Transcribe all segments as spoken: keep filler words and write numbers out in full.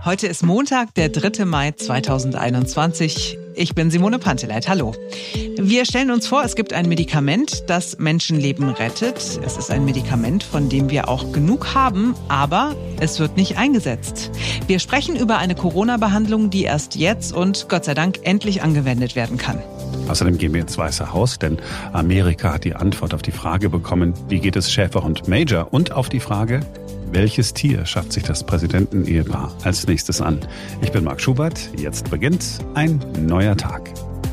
Heute ist Montag, der dritte Mai zweitausendeinundzwanzig. Ich bin Simone Panteleit. Hallo. Wir stellen uns vor, es gibt ein Medikament, das Menschenleben rettet. Es ist ein Medikament, von dem wir auch genug haben, aber es wird nicht eingesetzt. Wir sprechen über eine Corona-Behandlung, die erst jetzt und Gott sei Dank endlich angewendet werden kann. Außerdem gehen wir ins Weiße Haus, denn Amerika hat die Antwort auf die Frage bekommen, wie geht es Schäfer und Major? Und auf die Frage, welches Tier schafft sich das Präsidenten-Ehepaar als nächstes an? Ich bin Marc Schubert, jetzt beginnt ein neuer Tag.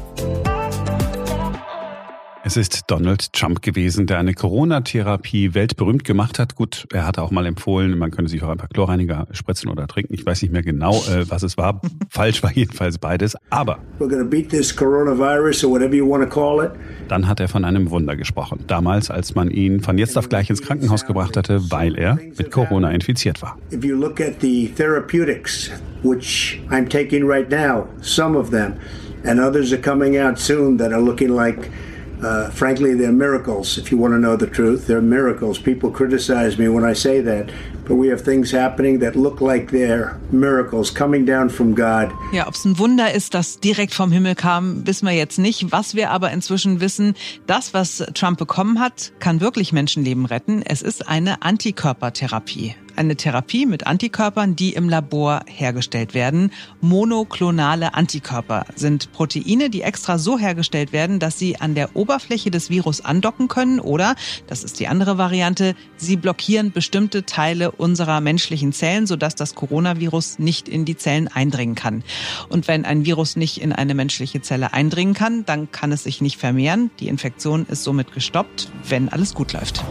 Es ist Donald Trump gewesen, der eine Corona-Therapie weltberühmt gemacht hat. Gut, er hatte auch mal empfohlen, man könne sich auch ein paar Chlorreiniger spritzen oder trinken. Ich weiß nicht mehr genau, äh, was es war. Falsch war jedenfalls beides. Aber We're gonna beat this coronavirus or whatever you want to call it. Dann hat er von einem Wunder gesprochen. Damals, als man ihn von jetzt auf gleich ins Krankenhaus gebracht hatte, weil er mit Corona infiziert war. If you look at the therapeutics, which I'm taking right now, some of them, and others are coming out soon that are looking like Uh, frankly, they're miracles. If you want to know the truth, they're miracles. People criticize me when I say that, but we have things happening that look like they're miracles coming down from God. Ja, ob es ein Wunder ist, das direkt vom Himmel kam, wissen wir jetzt nicht. Was wir aber inzwischen wissen, das, was Trump bekommen hat, kann wirklich Menschenleben retten. Es ist eine Antikörpertherapie. Eine Therapie mit Antikörpern, die im Labor hergestellt werden. Monoklonale Antikörper sind Proteine, die extra so hergestellt werden, dass sie an der Oberfläche des Virus andocken können oder, das ist die andere Variante, sie blockieren bestimmte Teile unserer menschlichen Zellen, sodass das Coronavirus nicht in die Zellen eindringen kann. Und wenn ein Virus nicht in eine menschliche Zelle eindringen kann, dann kann es sich nicht vermehren. Die Infektion ist somit gestoppt, wenn alles gut läuft.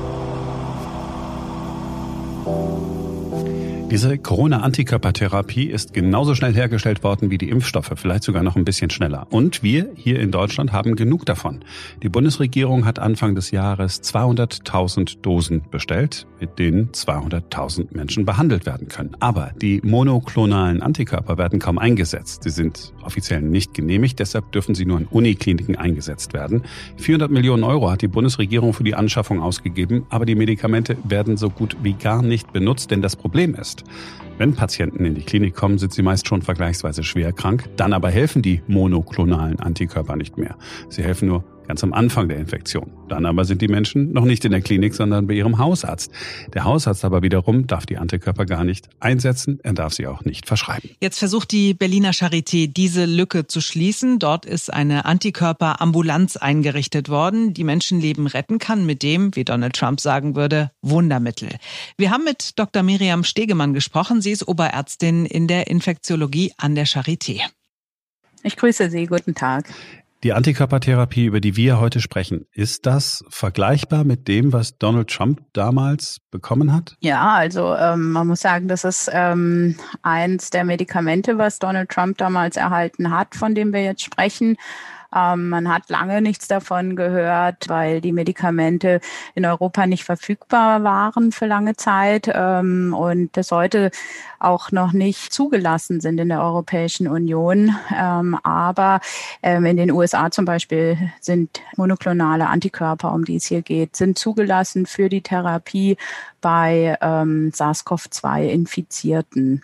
Diese Corona-Antikörpertherapie ist genauso schnell hergestellt worden wie die Impfstoffe, vielleicht sogar noch ein bisschen schneller. Und wir hier in Deutschland haben genug davon. Die Bundesregierung hat Anfang des Jahres zweihunderttausend Dosen bestellt, mit denen zweihunderttausend Menschen behandelt werden können. Aber die monoklonalen Antikörper werden kaum eingesetzt. Sie sind offiziell nicht genehmigt, deshalb dürfen sie nur in Unikliniken eingesetzt werden. vierhundert Millionen Euro hat die Bundesregierung für die Anschaffung ausgegeben, aber die Medikamente werden so gut wie gar nicht benutzt, denn das Problem ist, wenn Patienten in die Klinik kommen, sind sie meist schon vergleichsweise schwer krank. Dann aber helfen die monoklonalen Antikörper nicht mehr. Sie helfen nur ganz am Anfang der Infektion. Dann aber sind die Menschen noch nicht in der Klinik, sondern bei ihrem Hausarzt. Der Hausarzt aber wiederum darf die Antikörper gar nicht einsetzen. Er darf sie auch nicht verschreiben. Jetzt versucht die Berliner Charité, diese Lücke zu schließen. Dort ist eine Antikörperambulanz eingerichtet worden, die Menschenleben retten kann mit dem, wie Donald Trump sagen würde, Wundermittel. Wir haben mit Doktor Miriam Stegemann gesprochen. Sie ist Oberärztin in der Infektiologie an der Charité. Ich grüße Sie. Guten Tag. Die Antikörpertherapie, über die wir heute sprechen, ist das vergleichbar mit dem, was Donald Trump damals bekommen hat? Ja, also ähm, man muss sagen, das ist ähm, eins der Medikamente, was Donald Trump damals erhalten hat, von dem wir jetzt sprechen. Ähm, man hat lange nichts davon gehört, weil die Medikamente in Europa nicht verfügbar waren für lange Zeit ähm, und bis heute auch noch nicht zugelassen sind in der Europäischen Union. Ähm, aber ähm, in den U S A zum Beispiel sind monoklonale Antikörper, um die es hier geht, sind zugelassen für die Therapie bei ähm, SARS-C o V zwei Infizierten.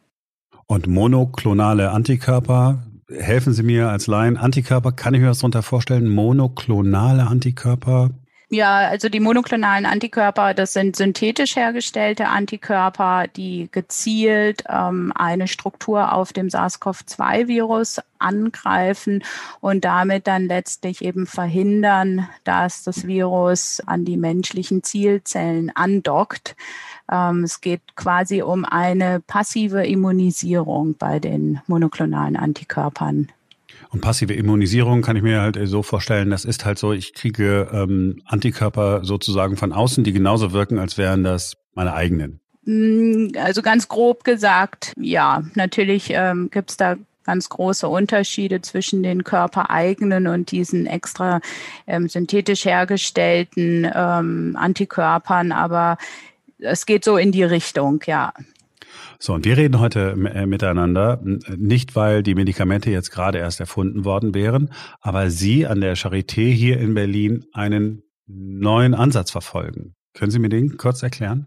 Und monoklonale Antikörper, helfen Sie mir als Laien, Antikörper, kann ich mir was darunter vorstellen? Monoklonale Antikörper? Ja, also die monoklonalen Antikörper, das sind synthetisch hergestellte Antikörper, die gezielt ähm, eine Struktur auf dem SARS-C o V zwei Virus angreifen und damit dann letztlich eben verhindern, dass das Virus an die menschlichen Zielzellen andockt. Ähm, es geht quasi um eine passive Immunisierung bei den monoklonalen Antikörpern. Und passive Immunisierung kann ich mir halt so vorstellen, das ist halt so, ich kriege ähm, Antikörper sozusagen von außen, die genauso wirken, als wären das meine eigenen. Also ganz grob gesagt, ja, natürlich ähm, gibt es da ganz große Unterschiede zwischen den körpereigenen und diesen extra ähm, synthetisch hergestellten ähm, Antikörpern, aber es geht so in die Richtung, ja. So, und wir reden heute äh, miteinander, nicht weil die Medikamente jetzt gerade erst erfunden worden wären, aber Sie an der Charité hier in Berlin einen neuen Ansatz verfolgen. Können Sie mir den kurz erklären?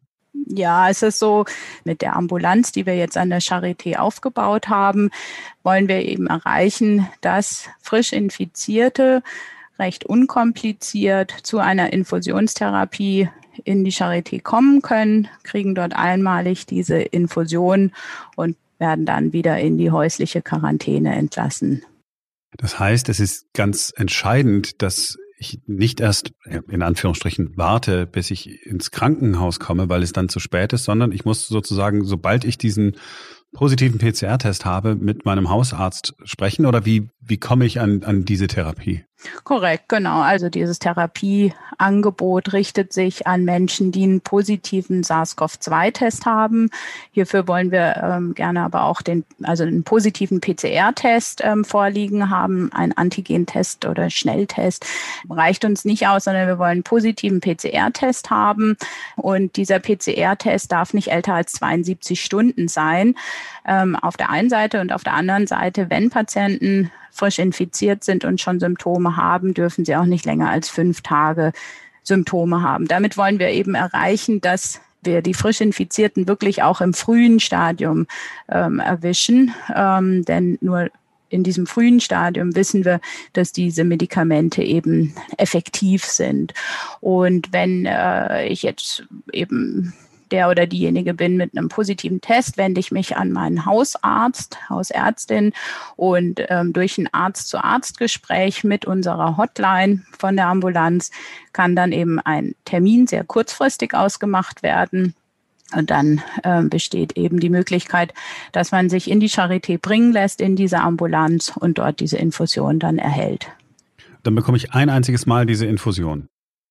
Ja, es ist so, mit der Ambulanz, die wir jetzt an der Charité aufgebaut haben, wollen wir eben erreichen, dass frisch Infizierte recht unkompliziert zu einer Infusionstherapie in die Charité kommen können, kriegen dort einmalig diese Infusion und werden dann wieder in die häusliche Quarantäne entlassen. Das heißt, es ist ganz entscheidend, dass ich nicht erst in Anführungsstrichen warte, bis ich ins Krankenhaus komme, weil es dann zu spät ist, sondern ich muss sozusagen, sobald ich diesen positiven P C R-Test habe, mit meinem Hausarzt sprechen, oder wie, wie komme ich an, an diese Therapie? Korrekt, genau. Also dieses Therapieangebot richtet sich an Menschen, die einen positiven SARS-C o V zwei Test haben. Hierfür wollen wir ähm, gerne aber auch den, also einen positiven P C R-Test ähm, vorliegen haben. Ein Antigentest oder Schnelltest reicht uns nicht aus, sondern wir wollen einen positiven P C R-Test haben. Und dieser P C R-Test darf nicht älter als zweiundsiebzig Stunden sein. Ähm, auf der einen Seite und auf der anderen Seite, wenn Patienten frisch infiziert sind und schon Symptome haben, dürfen sie auch nicht länger als fünf Tage Symptome haben. Damit wollen wir eben erreichen, dass wir die frisch Infizierten wirklich auch im frühen Stadium ähm, erwischen. Ähm, denn nur in diesem frühen Stadium wissen wir, dass diese Medikamente eben effektiv sind. Und wenn äh, ich jetzt eben der oder diejenige bin mit einem positiven Test, wende ich mich an meinen Hausarzt, Hausärztin und ähm, durch ein Arzt-zu-Arzt-Gespräch mit unserer Hotline von der Ambulanz kann dann eben ein Termin sehr kurzfristig ausgemacht werden. Und dann äh, besteht eben die Möglichkeit, dass man sich in die Charité bringen lässt, in diese Ambulanz und dort diese Infusion dann erhält. Dann bekomme ich ein einziges Mal diese Infusion.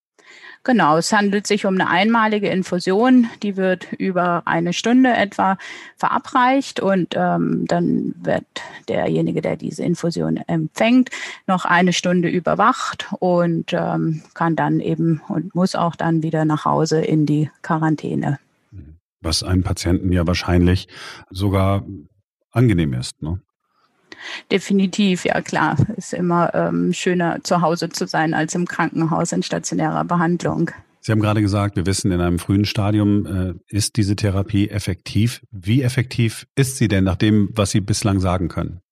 Genau, es handelt sich um eine einmalige Infusion, die wird über eine Stunde etwa verabreicht und ähm, dann wird derjenige, der diese Infusion empfängt, noch eine Stunde überwacht und ähm, kann dann eben und muss auch dann wieder nach Hause in die Quarantäne. Was einem Patienten ja wahrscheinlich sogar angenehm ist, ne? Definitiv, ja klar. Ist immer ähm, schöner, zu Hause zu sein, als im Krankenhaus in stationärer Behandlung. Sie haben gerade gesagt, wir wissen, in einem frühen Stadium äh, ist diese Therapie effektiv. Wie effektiv ist sie denn nach dem, was Sie bislang sagen können?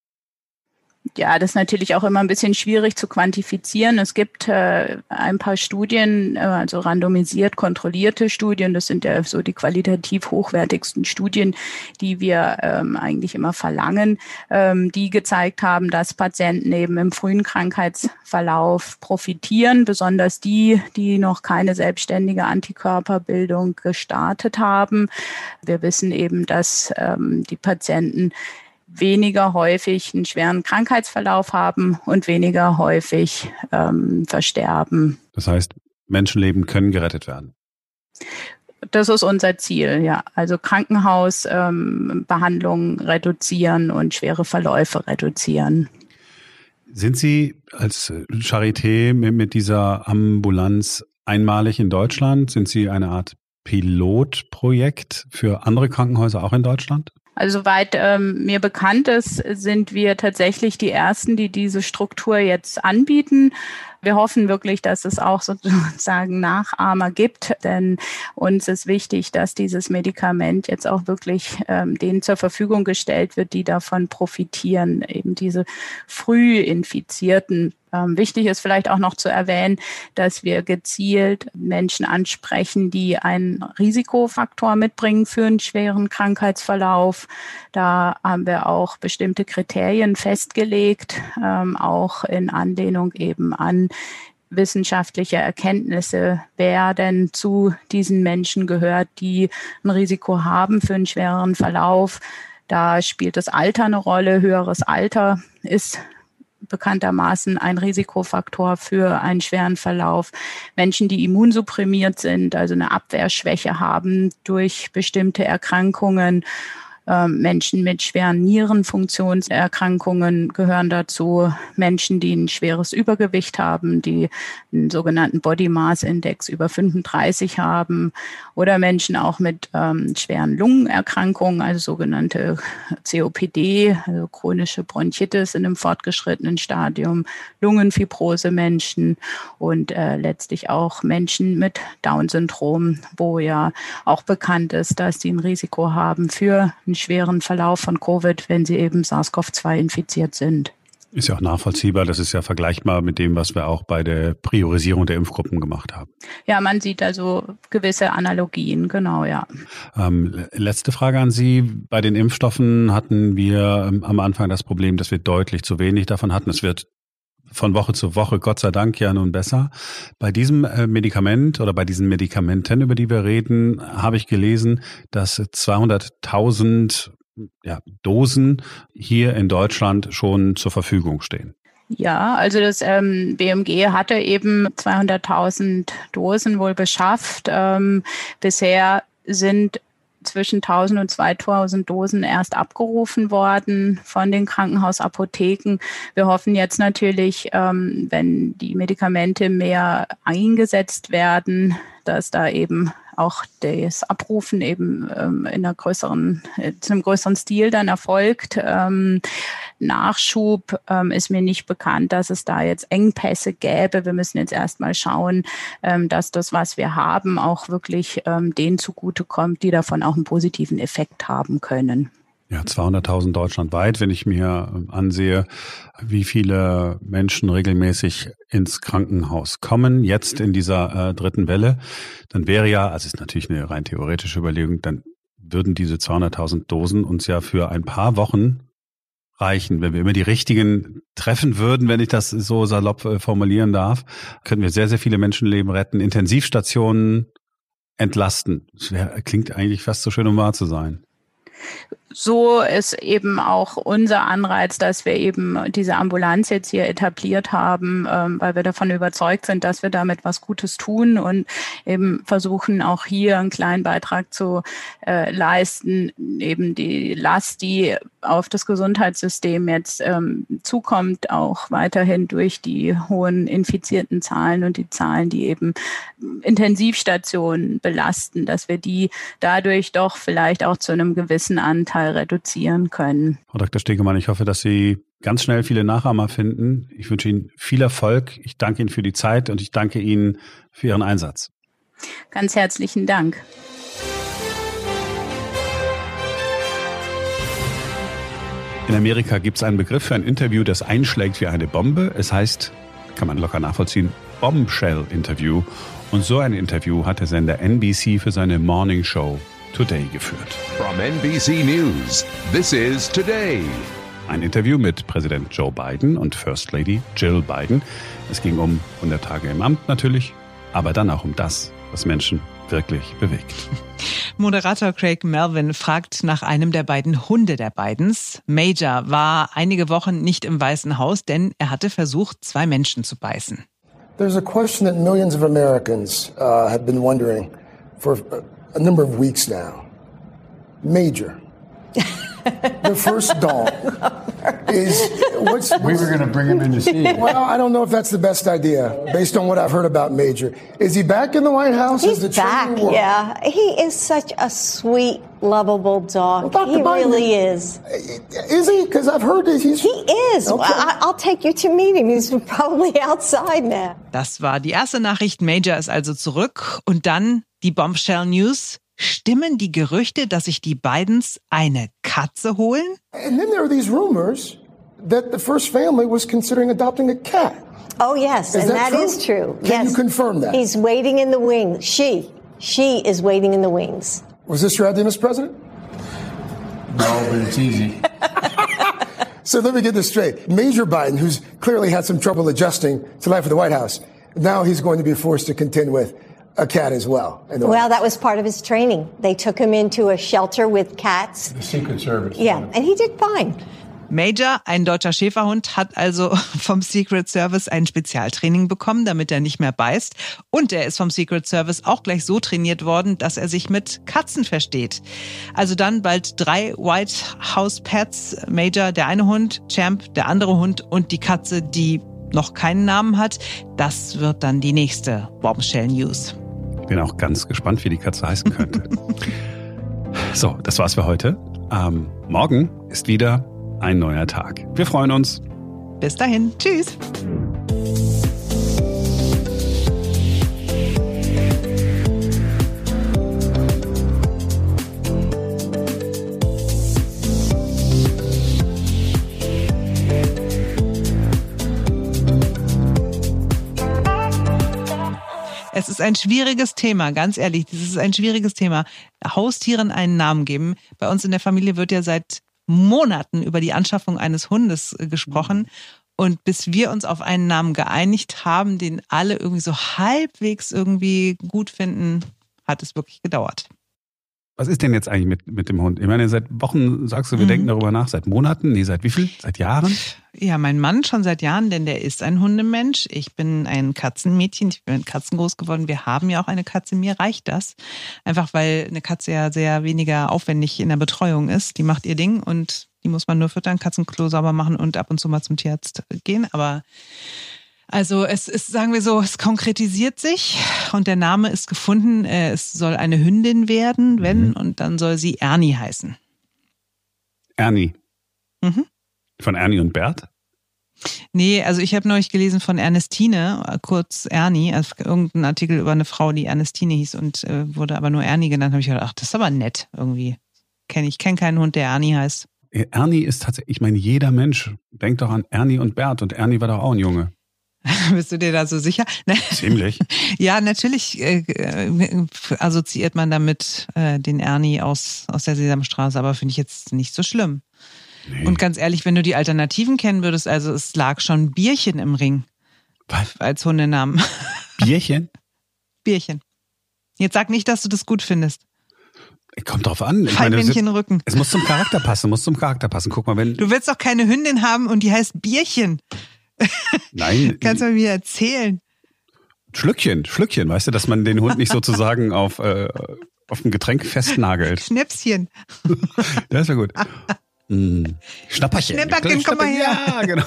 Ja, das ist natürlich auch immer ein bisschen schwierig zu quantifizieren. Es gibt äh, ein paar Studien, äh, also randomisiert kontrollierte Studien. Das sind ja so die qualitativ hochwertigsten Studien, die wir ähm, eigentlich immer verlangen, ähm, die gezeigt haben, dass Patienten eben im frühen Krankheitsverlauf profitieren, besonders die, die noch keine selbstständige Antikörperbildung gestartet haben. Wir wissen eben, dass ähm, die Patienten weniger häufig einen schweren Krankheitsverlauf haben und weniger häufig ähm, versterben. Das heißt, Menschenleben können gerettet werden. Das ist unser Ziel, ja. Also Krankenhausbehandlungen ähm, reduzieren und schwere Verläufe reduzieren. Sind Sie als Charité mit, mit dieser Ambulanz einmalig in Deutschland? Sind Sie eine Art Pilotprojekt für andere Krankenhäuser auch in Deutschland? Also soweit ähm, mir bekannt ist, sind wir tatsächlich die Ersten, die diese Struktur jetzt anbieten. Wir hoffen wirklich, dass es auch sozusagen Nachahmer gibt, denn uns ist wichtig, dass dieses Medikament jetzt auch wirklich ähm, denen zur Verfügung gestellt wird, die davon profitieren, eben diese früh Infizierten. Ähm, wichtig ist vielleicht auch noch zu erwähnen, dass wir gezielt Menschen ansprechen, die einen Risikofaktor mitbringen für einen schweren Krankheitsverlauf. Da haben wir auch bestimmte Kriterien festgelegt, ähm, auch in Anlehnung eben an wissenschaftliche Erkenntnisse, wer denn zu diesen Menschen gehört, die ein Risiko haben für einen schwereren Verlauf. Da spielt das Alter eine Rolle. Höheres Alter ist bekanntermaßen ein Risikofaktor für einen schweren Verlauf. Menschen, die immunsupprimiert sind, also eine Abwehrschwäche haben durch bestimmte Erkrankungen, Ähm, Menschen mit schweren Nierenfunktionserkrankungen gehören dazu. Menschen, die ein schweres Übergewicht haben, die einen sogenannten Body Mass Index über fünfunddreißig haben. Oder Menschen auch mit ähm, schweren Lungenerkrankungen, also sogenannte C O P D, also chronische Bronchitis in einem fortgeschrittenen Stadium, Lungenfibrose Menschen und äh, letztlich auch Menschen mit Down-Syndrom, wo ja auch bekannt ist, dass die ein Risiko haben für einen schweren Verlauf von Covid, wenn sie eben SARS-C o V zwei infiziert sind. Ist ja auch nachvollziehbar. Das ist ja vergleichbar mit dem, was wir auch bei der Priorisierung der Impfgruppen gemacht haben. Ja, man sieht also gewisse Analogien, genau, ja. Ähm, letzte Frage an Sie. Bei den Impfstoffen hatten wir ähm, am Anfang das Problem, dass wir deutlich zu wenig davon hatten. Es wird von Woche zu Woche, Gott sei Dank, ja nun besser. Bei diesem äh, Medikament oder bei diesen Medikamenten, über die wir reden, habe ich gelesen, dass zweihunderttausend ja, Dosen hier in Deutschland schon zur Verfügung stehen. Ja, also das ähm, B M G hatte eben zweihunderttausend Dosen wohl beschafft. Ähm, bisher sind zwischen tausend und zweitausend Dosen erst abgerufen worden von den Krankenhausapotheken. Wir hoffen jetzt natürlich, ähm, wenn die Medikamente mehr eingesetzt werden, dass da eben auch das Abrufen eben ähm, in einer größeren, zu einem größeren Stil dann erfolgt. Ähm, Nachschub ähm, ist mir nicht bekannt, dass es da jetzt Engpässe gäbe. Wir müssen jetzt erstmal schauen, ähm, dass das, was wir haben, auch wirklich ähm, denen zugutekommt, die davon auch einen positiven Effekt haben können. Ja, zweihunderttausend deutschlandweit, wenn ich mir ansehe, wie viele Menschen regelmäßig ins Krankenhaus kommen, jetzt in dieser äh, dritten Welle, dann wäre ja, also ist natürlich eine rein theoretische Überlegung, dann würden diese zweihunderttausend Dosen uns ja für ein paar Wochen reichen. Wenn wir immer die richtigen treffen würden, wenn ich das so salopp äh, formulieren darf, könnten wir sehr, sehr viele Menschenleben retten, Intensivstationen entlasten. Das wär, klingt eigentlich fast so schön, um wahr zu sein. So ist eben auch unser Anreiz, dass wir eben diese Ambulanz jetzt hier etabliert haben, ähm, weil wir davon überzeugt sind, dass wir damit was Gutes tun und eben versuchen, auch hier einen kleinen Beitrag zu äh, leisten, eben die Last, die auf das Gesundheitssystem jetzt ähm, zukommt, auch weiterhin durch die hohen infizierten Zahlen und die Zahlen, die eben Intensivstationen belasten, dass wir die dadurch doch vielleicht auch zu einem gewissen Anteil reduzieren können. Frau Doktor Stegemann, ich hoffe, dass Sie ganz schnell viele Nachahmer finden. Ich wünsche Ihnen viel Erfolg. Ich danke Ihnen für die Zeit und ich danke Ihnen für Ihren Einsatz. Ganz herzlichen Dank. In Amerika gibt es einen Begriff für ein Interview, das einschlägt wie eine Bombe. Es heißt, kann man locker nachvollziehen, Bombshell-Interview. Und so ein Interview hat der Sender N B C für seine Morning Show Today geführt. From N B C News, this is Today. Ein Interview mit Präsident Joe Biden und First Lady Jill Biden. Es ging um hundert Tage im Amt natürlich, aber dann auch um das, was Menschen wirklich bewegt. Moderator Craig Melvin fragt nach einem der beiden Hunde der Bidens. Major war einige Wochen nicht im Weißen Haus, denn er hatte versucht, zwei Menschen zu beißen. There's a question that millions of Americans uh, have been wondering for a number of weeks now. Major, the first dog, is what's... We were going to bring him in to see you. Well, I don't know if that's the best idea, based on what I've heard about Major. Is he back in the White House? He's is the back, yeah. He is such a sweet, lovable dog. Well, he Biden, really is. Is he? Because I've heard that he's... He is. Okay. I, I'll take you to meet him. He's probably outside now. Das war die erste Nachricht. Major ist also zurück. Und dann die Bombshell News. Stimmen die Gerüchte, dass sich die Bidens eine Katze holen? And then there are these rumors that the first family was considering adopting a cat. Oh, yes, is and that, that true? is true. Can yes. you confirm that? He's waiting in the wings. She, she is waiting in the wings. Was this your idea, Mister President? No, but it's easy. So let me get this straight. Major Biden, who's clearly had some trouble adjusting to life at the White House, now he's going to be forced to contend with a cat as well. Well, that was part of his training. They took him into a shelter with cats. The Secret Service. Yeah, and he did fine. Major, ein deutscher Schäferhund, hat also vom Secret Service ein Spezialtraining bekommen, damit er nicht mehr beißt. Und er ist vom Secret Service auch gleich so trainiert worden, dass er sich mit Katzen versteht. Also dann bald drei White House Pets. Major, der eine Hund, Champ, der andere Hund und die Katze, die noch keinen Namen hat. Das wird dann die nächste Bombshell News. Ich bin auch ganz gespannt, wie die Katze heißen könnte. So, das war's für heute. Ähm, morgen ist wieder ein neuer Tag. Wir freuen uns. Bis dahin. Tschüss. Es ist ein schwieriges Thema, ganz ehrlich. Das ist ein schwieriges Thema. Haustieren einen Namen geben. Bei uns in der Familie wird ja seit Monaten über die Anschaffung eines Hundes gesprochen. Und bis wir uns auf einen Namen geeinigt haben, den alle irgendwie so halbwegs irgendwie gut finden, hat es wirklich gedauert. Was ist denn jetzt eigentlich mit, mit dem Hund? Ich meine, seit Wochen sagst du, wir mhm. denken darüber nach. Seit Monaten? Nee, seit wie viel? Seit Jahren? Ja, mein Mann schon seit Jahren, denn der ist ein Hundemensch. Ich bin ein Katzenmädchen. Ich bin mit Katzen groß geworden. Wir haben ja auch eine Katze. Mir reicht das. Einfach weil eine Katze ja sehr weniger aufwendig in der Betreuung ist. Die macht ihr Ding und die muss man nur füttern, Katzenklo sauber machen und ab und zu mal zum Tierarzt gehen. Aber also es ist, sagen wir so, es konkretisiert sich und der Name ist gefunden. Es soll eine Hündin werden, wenn, mhm. und dann soll sie Ernie heißen. Ernie? Mhm. Von Ernie und Bert? Nee, also ich habe neulich gelesen von Ernestine, kurz Ernie, also irgendein Artikel über eine Frau, die Ernestine hieß und äh, wurde aber nur Ernie genannt. Habe ich gedacht, ach, das ist aber nett irgendwie. Kenn ich kenne keinen Hund, der Ernie heißt. Ernie ist tatsächlich, ich meine, jeder Mensch denkt doch an Ernie und Bert und Ernie war doch auch ein Junge. Bist du dir da so sicher? Ziemlich. Ja, natürlich äh, assoziiert man damit äh, den Ernie aus, aus der Sesamstraße, aber finde ich jetzt nicht so schlimm. Nee. Und ganz ehrlich, wenn du die Alternativen kennen würdest, also es lag schon Bierchen im Ring. Was? Als Hundenamen. Bierchen? Bierchen. Jetzt sag nicht, dass du das gut findest. Kommt drauf an. Ich Feinmännchen meine, Rücken. Es muss zum Charakter passen, muss zum Charakter passen. Guck mal, wenn... Du willst doch keine Hündin haben und die heißt Bierchen. Nein. Kannst du mir erzählen? Schlückchen, Schlückchen, weißt du, dass man den Hund nicht sozusagen auf, äh, auf ein Getränk festnagelt. Schnäpschen. Das wäre gut. Mm. Schnapperchen. Schnäpperchen, komm mal her. Ja, genau.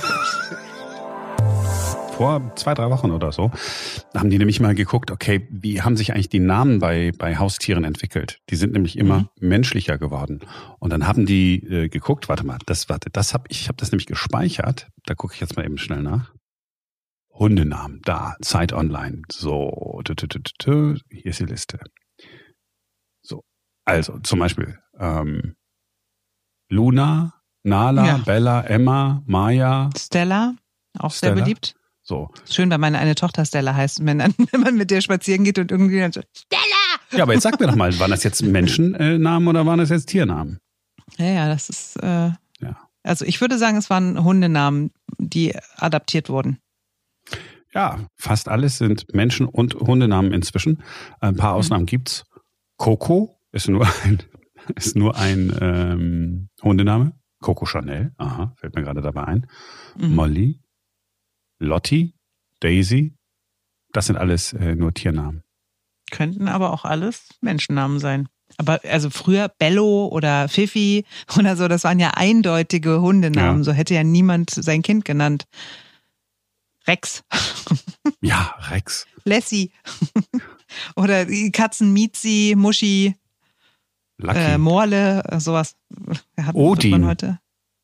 Vor zwei, drei Wochen oder so haben die nämlich mal geguckt, okay, wie haben sich eigentlich die Namen bei, bei Haustieren entwickelt? Die sind nämlich immer mhm. menschlicher geworden. Und dann haben die äh, geguckt, warte mal, das, warte, das hab ich, ich habe das nämlich gespeichert. Da gucke ich jetzt mal eben schnell nach. Hundenamen, da, Zeit Online. So, tü, tü, tü, tü, hier ist die Liste. So, also zum Beispiel ähm, Luna, Nala, ja. Bella, Emma, Maya. Stella, auch Stella. Sehr beliebt. So. Schön, weil meine eine Tochter Stella heißt. Und wenn, dann, wenn man mit der spazieren geht und irgendwie dann so, Stella! Ja, aber jetzt sag mir doch mal, waren das jetzt Menschennamen oder waren das jetzt Tiernamen? Ja, ja, das ist, äh, ja. Also ich würde sagen, es waren Hundenamen, die adaptiert wurden. Ja, fast alles sind Menschen- und Hundenamen inzwischen. Ein paar Ausnahmen mhm. gibt's. Coco ist nur ein, ist nur ein ähm, Hundename. Coco Chanel, aha, fällt mir gerade dabei ein. Mhm. Molly, Lottie, Daisy, das sind alles äh, nur Tiernamen. Könnten aber auch alles Menschennamen sein. Aber also früher Bello oder Fifi oder so, das waren ja eindeutige Hundenamen. Ja. So hätte ja niemand sein Kind genannt. Rex. Ja, Rex. Lassie. Oder die Katzen Miezi, Muschi, Lucky. Äh, Morle, sowas. Hat, Odin. Man heute.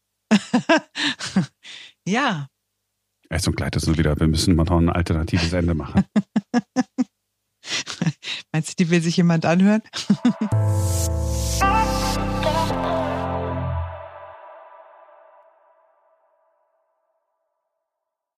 Ja. Erst und gleich ist es wieder, wir müssen mal noch ein alternatives Ende machen. Meinst du, die will sich jemand anhören?